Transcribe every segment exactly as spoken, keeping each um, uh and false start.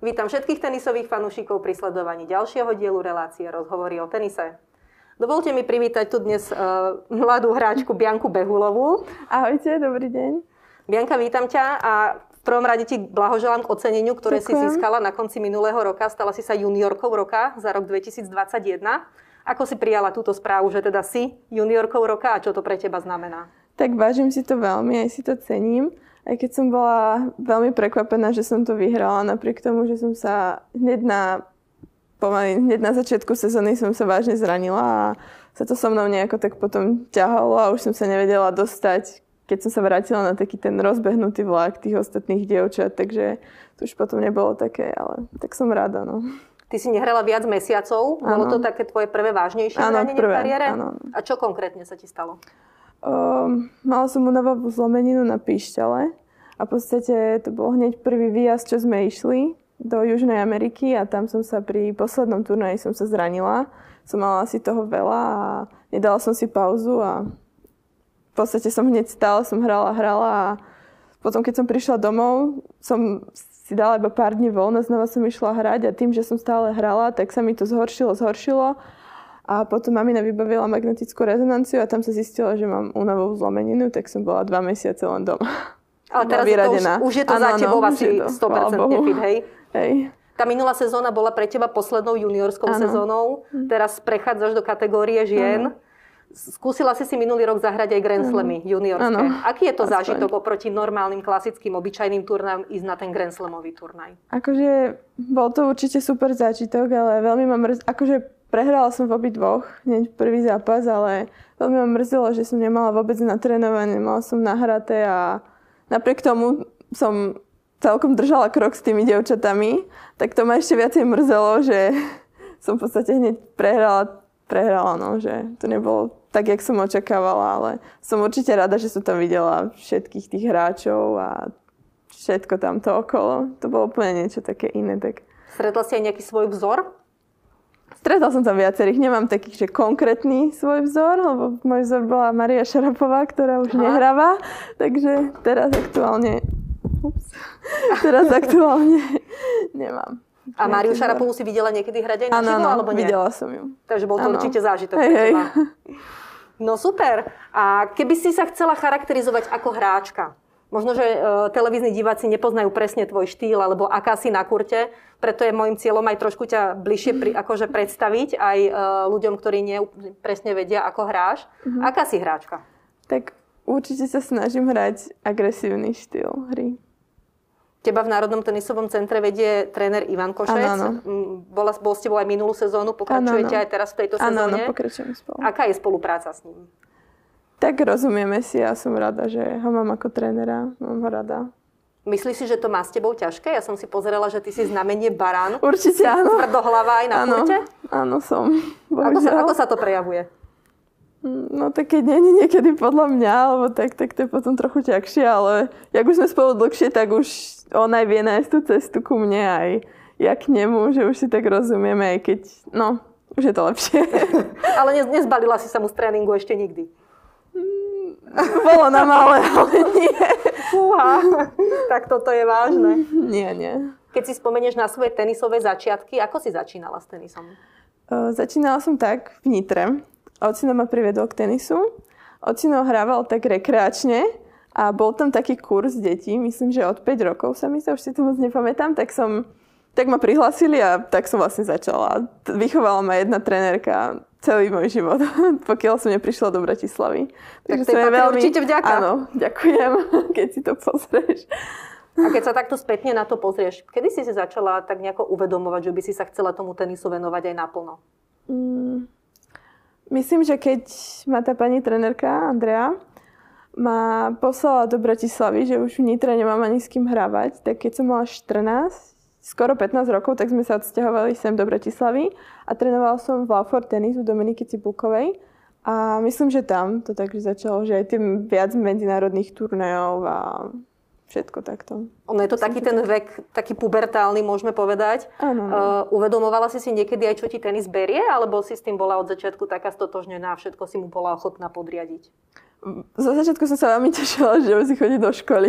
Vítam všetkých tenisových fanúšikov pri sledovaní ďalšieho dielu relácie Rozhovory o tenise. Dovolte mi privítať tu dnes uh, mladú hráčku Bianku Behulovú. Ahojte, dobrý deň. Bianka, vítam ťa a v prvom rade ti blahoželám k oceneniu, ktoré Ďakujem. si získala na konci minulého roka. Stala si sa juniorkou roka za rok dvetisícdvadsaťjeden. Ako si prijala túto správu, že teda si juniorkou roka a čo to pre teba znamená? Tak vážim si to veľmi, aj si to cením. Aj keď som bola veľmi prekvapená, že som to vyhrala, napriek tomu, že som sa hneď na, pomaly, hneď na začiatku sezóny som sa vážne zranila a sa to so mnou nejako tak potom ťahalo a už som sa nevedela dostať, keď som sa vrátila na taký ten rozbehnutý vlak tých ostatných dievčat, takže to už potom nebolo také, ale tak som rada, no. Ty si nehrala viac mesiacov, bolo to také tvoje prvé vážnejšie zranenie v kariére? Áno. A čo konkrétne sa ti stalo? Um, mala som únavovú zlomeninu na píšťale a v podstate to bol hneď prvý výjazd, čo sme išli do Južnej Ameriky a tam som sa pri poslednom turnaji som sa zranila. Som mala asi toho veľa a nedala som si pauzu a v podstate som hneď stále som hrala, hrala a potom keď som prišla domov, som si dala iba pár dní voľno, znova som išla hrať a tým, že som stále hrala, tak sa mi to zhoršilo, zhoršilo. A potom mamina vybavila magnetickú rezonanciu a tam sa zistilo, že mám únavovú zlomeninu, tak som bola dva mesiace len doma. Ale teraz je to už, už je to ano, za tebou ano, asi sto percent fit, hej? Hej. Tá minulá sezóna bola pre teba poslednou juniorskou ano. sezónou. Teraz prechádzaš do kategórie žien. Ano. Skúsila si si minulý rok zahrať aj Grand Slamy juniorské. Ano. Aký je to Aspoň. zážitok oproti normálnym, klasickým, obyčajným turnajom ísť na ten Grand Slamový turnaj? Akože bol to určite super zážitok, ale veľmi ma mrzí. Akože prehrala som v obidvoch, hneď prvý zápas, ale veľmi ma mrzelo, že som nemala vôbec natrénovanie, nemala som nahraté a napriek tomu som celkom držala krok s tými dievčatami, tak to ma ešte viacej mrzelo, že som v podstate hneď prehrala, prehrala, no, že to nebolo tak, jak som očakávala, ale som určite rada, že som tam videla všetkých tých hráčov a všetko tamto okolo. To bolo úplne niečo také iné. Tak... Stretla si aj nejaký svoj vzor? Stretla som tam viacerých. Nemám taký, že konkrétny svoj vzor, lebo môj vzor bola Maria Šarapová, ktorá už Aha. nehráva. Takže teraz aktuálne... Ups, teraz aktuálne nemám. A Máriu Šarapovú si videla niekedy hrať aj na živo, alebo nie? Videla som ju. Takže bol to ano. určite zážitok hej, pre teba. Hej. No super. A keby si sa chcela charakterizovať ako hráčka, možno, že uh, televízni diváci nepoznajú presne tvoj štýl, alebo aká si na kurte, preto je môjim cieľom aj trošku ťa bližšie pri, akože predstaviť aj uh, ľuďom, ktorí nie presne vedia, ako hráš. Mm-hmm. Aká si hráčka? Tak určite sa snažím hrať agresívny štýl hry. Teba v Národnom tenisovom centre vedie tréner Ivan Košec. Áno, áno. Bol, bol s tebou aj minulú sezónu, pokračujete aj teraz v tejto sezóne. Áno, áno, pokračujeme spolu. Aká je spolupráca s ním? Tak rozumieme si a som rada, že ho mám ako trénera. Mám ho rada. Myslíš si, že to má s tebou ťažké? Ja som si pozerala, že ty si znamenie barán. Určite áno. Tvrdohlava aj na áno, kurte? Áno, som. Ako sa, ako sa to prejavuje? No tak keď nie je niekedy podľa mňa, alebo tak, tak to je potom trochu ťažšie, ale jak už sme spolu dlhšie, tak už on aj vie nájsť tú cestu ku mne, aj ja k nemu, že už si tak rozumieme, aj keď, no, už je to lepšie. Ale nezbalila si sa mu z tréningu ešte nikdy? Bolo na malé, ale nie. Fúha, tak toto je vážne. Nie, nie. Keď si spomenieš na svoje tenisové začiatky, ako si začínala s tenisom? Uh, začínala som tak v Nitre. Ocino ma priviedol k tenisu. Ocino hrával tak rekreačne a bol tam taký kurz detí, myslím, že od päť rokov sa mi sa, už si to moc nepamätám, tak som, tak ma prihlásili a tak som vlastne začala. Vychovala ma jedna trenérka celý môj život, pokiaľ som neprišla do Bratislavy. Tak to je veľmi... určite vďaka. Áno, ďakujem, keď si to pozrieš. A keď sa takto spätne na to pozrieš, kedy si si začala tak nejako uvedomovať, že by si sa chcela tomu tenisu venovať aj naplno? Mm. Myslím, že keď ma tá pani trenérka Andrea ma poslala do Bratislavy, že už v Nitre nemám ani s kým hrávať, tak keď som mala štrnásť, skoro pätnásť rokov, tak sme sa odsťahovali sem do Bratislavy a trénovala som v Laufor tenis u Dominiky Cibulkovej a myslím, že tam to takže začalo, že aj tým viac medzinárodných turnajov a všetko takto. Ono je to Myslím, taký ten tak... vek, taký pubertálny, môžeme povedať. Áno. No. Uh, uvedomovala si si niekedy aj, čo ti tenis berie, alebo si s tým bola od začiatku taká stotožnená a všetko si mu bola ochotná podriadiť? Zo začiatku som sa veľmi tešila, že si chodí do školy.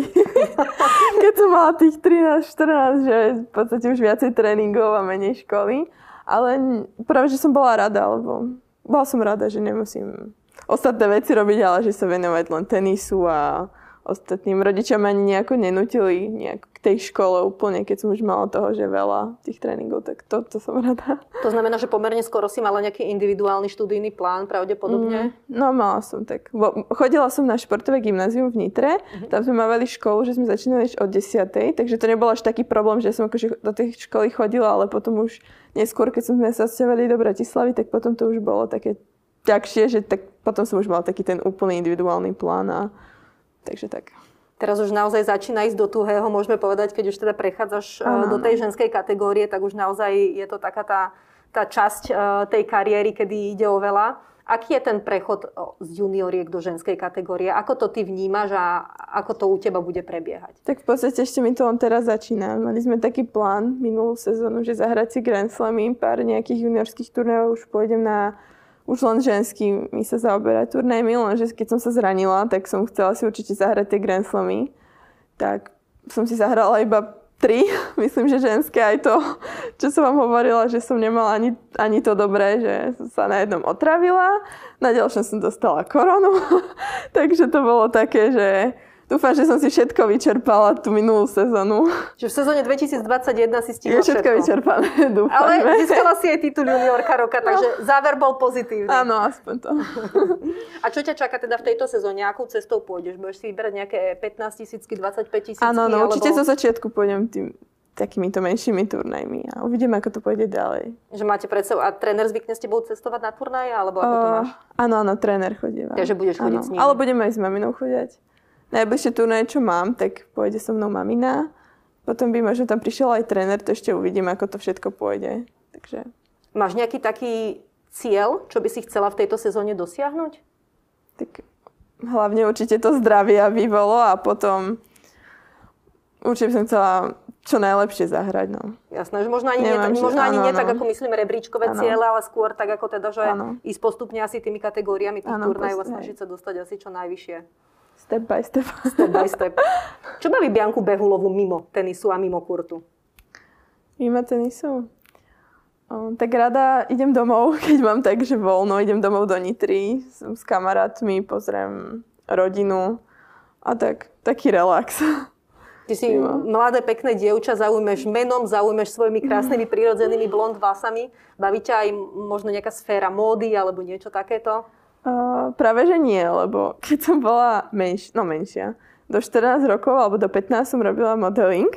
Keď som mala tých trinásť štrnásť, že v podstate už viacej tréningov a menej školy. Ale práve, že som bola rada, lebo bola som rada, že nemusím ostatné veci robiť, ale že sa venovať len tenisu a ostatným. Rodičia ma ani nejako nenutili nejako k tej škole úplne, keď som už mala toho, že veľa tých tréningov, tak to, to som rada. To znamená, že pomerne skoro si mala nejaký individuálny študijný plán, pravdepodobne? Mm, no mala som tak. Chodila som na športové gymnázium v Nitre, mm-hmm. Tam sme mali školu, že sme začínali od desiatej, takže to nebol až taký problém, že som akože do tej školy chodila, ale potom už neskôr, keď sme sa sťahovali do Bratislavy, tak potom to už bolo také ťažšie, že tak potom som už mala taký ten úplný individuálny plán a takže tak. Teraz už naozaj začína ísť do tuhého, môžeme povedať, keď už teda prechádzaš ano, do tej ženskej kategórie, tak už naozaj je to taká tá, tá časť tej kariéry, kedy ide o veľa. Aký je ten prechod z junioriek do ženskej kategórie? Ako to ty vnímaš a ako to u teba bude prebiehať? Tak v podstate ešte mi to len teraz začína. Mali sme taký plán minulú sezónu, že zahrať si Grand Slamy, pár nejakých juniorských turnajov, už pôjdem na už len ženský mi sa zaoberať turnajmi, lenže keď som sa zranila, tak som chcela si určite zahrať tie Grand Slamy. Tak som si zahrala iba tri, myslím, že ženské aj to, čo som vám hovorila, že som nemala ani, ani to dobré, že som sa na jednom otravila, na ďalšom som dostala koronu, takže to bolo také, že dúfam, že som si všetko vyčerpala tú minulú sezónu. Že v sezóne dvetisícdvadsaťjeden si stihla všetko. Je všetko vyčerpané, dúfam. Ale získala si aj titul juniorka roka, no. Takže záver bol pozitívny. Áno, aspoň to. A čo ťa čaká teda v tejto sezóne? Akou cestou pôjdeš? Budeš si vyberať nejaké pätnásť tisícky, dvadsaťpäť tisícky? Áno, no, alebo... určite zo začiatku pôjdem tým takýmito menšími turnajmi a uvidím, ako to pôjde ďalej. Že máte pred sebou, a tréner zvykne s tebou cestovať na turnaje, alebo ako to máš? Uh, áno, áno, tréner chodí. Takže budeš chodiť s ním. Ale budeme aj s maminou chodiť. Najbližšie turnaje, čo mám, tak pôjde so mnou mamina. Potom by možno tam prišiel aj tréner, to ešte uvidím, ako to všetko pôjde. Takže... Máš nejaký taký cieľ, čo by si chcela v tejto sezóne dosiahnuť? Tak hlavne určite to zdravie, aby bolo a potom určite by som chcela čo najlepšie zahrať. No. Jasné, že možno ani Nemám, nie, možno ani áno, nie áno. tak, ako myslíme rebríčkové áno. ciele, ale skôr tak, ako teda, že áno. ísť postupne asi tými kategóriami tých turnajov a snažiť sa dostať asi čo najvyššie. Step by step. Step by step. Čo baví Bianku Behulovú mimo tenisu a mimo kurtu? Mimo tenisu? O, tak rada idem domov, keď mám tak, že voľno. Idem domov do Nitry, som s kamarátmi, pozriem rodinu a tak, taký relax. Ty si mimo. Mladé, pekné dievča, zaujmeš menom, zaujmeš svojimi krásnymi prírodzenými blond vlasami. Baví ťa aj možno nejaká sféra módy alebo niečo takéto? Uh, práve, že nie, lebo keď som bola menš, no menšia, do štrnásť rokov alebo do pätnásť som robila modeling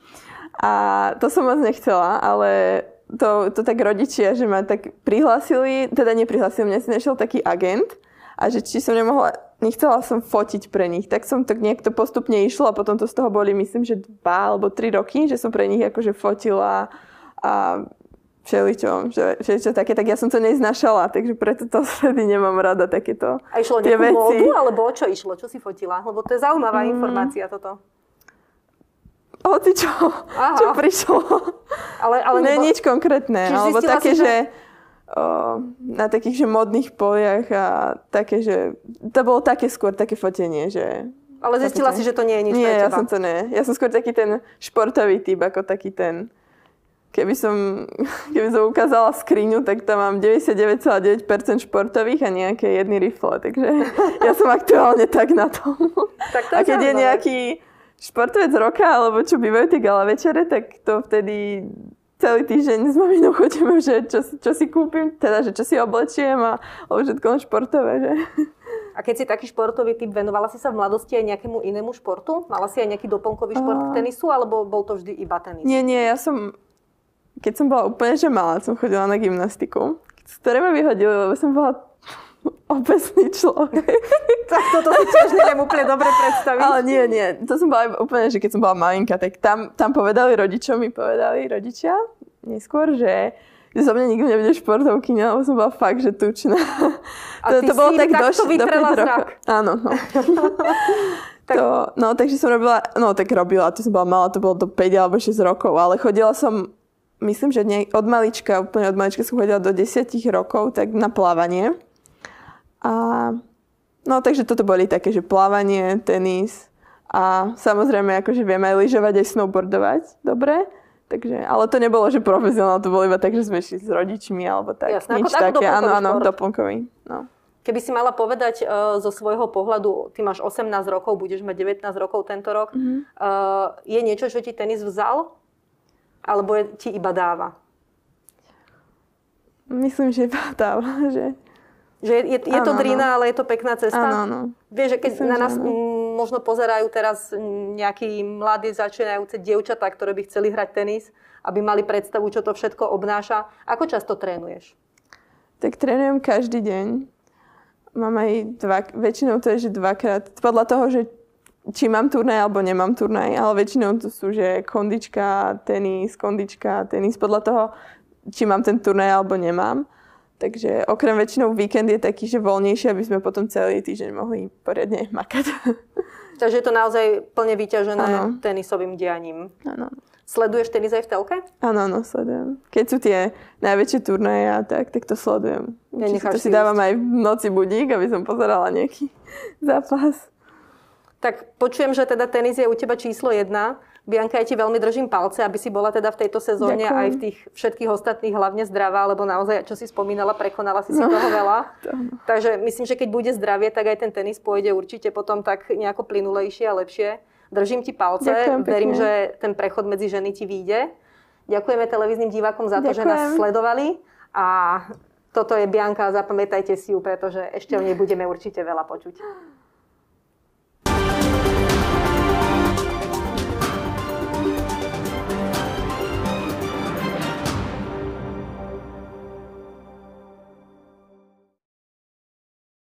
a to som moc nechcela, ale to, to tak rodičia, že ma tak prihlásili, teda neprihlásili, mňa si nešiel taký agent a že či som nemohla, nechcela som fotiť pre nich, tak som tak nejak to postupne išlo a potom to z toho boli, myslím, že dva alebo tri roky, že som pre nich akože fotila a všeličo, že, všeličo také, tak ja som to neznášala, takže preto to vtedy nemám rada takéto A išlo tie nejakú veci. módu, alebo o čo išlo? Čo si fotila? Lebo to je zaujímavá mm. informácia toto. Hoci čo, Aha. čo prišlo. Ale, ale Nie, nebo... nič konkrétne, Čiže alebo také, si, že... že o, na takých, že modných poliach a také, že to bolo také skôr, také fotenie, že... Ale zistila si, že to nie je nič nie, pre teba. Nie, ja som to nie. Ja som skôr taký ten športový typ, ako taký ten... Keby som, keby som ukázala skriňu, tak tam mám deväťdesiatdeväť celá deväť percent športových a nejaké jedny rifle. Takže ja som aktuálne tak na tom. Tak to a keď je nejaký športovec roka, alebo čo bývajú tie gala večere, tak to vtedy celý týždeň s maminou chodíme, že čo, čo si kúpim, teda že čo si oblečiem a všetko len športové. Že? A keď si taký športový typ, venovala si sa v mladosti aj nejakému inému športu? Mala si aj nejaký doplnkový šport k tenisu, alebo bol to vždy iba tenis? Nie, nie, ja som... Keď som bola úplne že malá, som chodila na gymnastiku, z ktorej ma vyhodili, lebo som bola obecný človek. Tak toto si tiež neviem úplne dobre predstaviť. Ale nie, nie. To som bola úplne, že keď som bola malinka, tak tam, tam povedali rodičom, mi povedali rodičia neskôr, že, že zo mňa nikto nebude športovkyňa, lebo som bola fakt, že tučná. A to, ty to bolo si tak do, takto vytrela zrak. Áno, no. Tak... To, no, takže som robila, no tak robila, to som bola malá, to bolo do päť alebo šesť rokov, ale chodila som, myslím, že nie, od malička, úplne od malička som chodila do desať rokov, tak na plávanie. A, no, takže toto boli také, že plávanie, tenis a samozrejme, akože viem aj lyžovať, aj snowboardovať, dobre. Takže, ale to nebolo, že profesionálne, to bolo iba tak, že sme šli s rodičmi alebo tak. Jasné, nič ako, také, ako áno, áno, doplnkový, no. Keby si mala povedať uh, zo svojho pohľadu, ty máš osemnásť rokov, budeš mať devätnásť rokov tento rok, mm-hmm. uh, je niečo, čo ti tenis vzal? Alebo je, ti iba dáva? Myslím, že iba dáva. Že, že je, je, je áno, to drina, ale je to pekná cesta? Áno, áno. Vieš, že keď Myslím, na nás m, možno pozerajú teraz nejakí mladí začínajúce dievčatá, ktoré by chceli hrať tenis, aby mali predstavu, čo to všetko obnáša. Ako často trénuješ? Tak trénujem každý deň. Mám aj dva, väčšinou to je, že dvakrát, podľa toho, že či mám turnaj alebo nemám turnaj, ale väčšinou to sú, že kondička, tenis, kondička, tenis, podľa toho, či mám ten turnaj alebo nemám. Takže okrem väčšinou víkend je taký, že voľnejší, aby sme potom celý týždeň mohli poriadne makať. Takže je to naozaj plne vyťažené ano. tenisovým dianím. Áno. Sleduješ tenis aj v telke? Áno, áno, sledujem. Keď sú tie najväčšie turnaje a tak, tak to sledujem. Ja to si dávam aj v noci budík, aby som pozerala nejaký zápas. Tak počujem, že teda tenis je u teba číslo jedna. Bianka, ja ti veľmi držím palce, aby si bola teda v tejto sezóne Ďakujem. Aj v tých všetkých ostatných hlavne zdravá, lebo naozaj, čo si spomínala, prekonala si si no, toho veľa. To... Takže myslím, že keď bude zdravie, tak aj ten tenis pôjde určite potom tak nejako plynulejšie a lepšie. Držím ti palce, Ďakujem verím, pekne. Že ten prechod medzi ženy ti vyjde. Ďakujeme televíznym divákom za to, Ďakujem. Že nás sledovali a toto je Bianka, zapamätajte si ju, pretože ešte o nej budeme určite veľa počuť.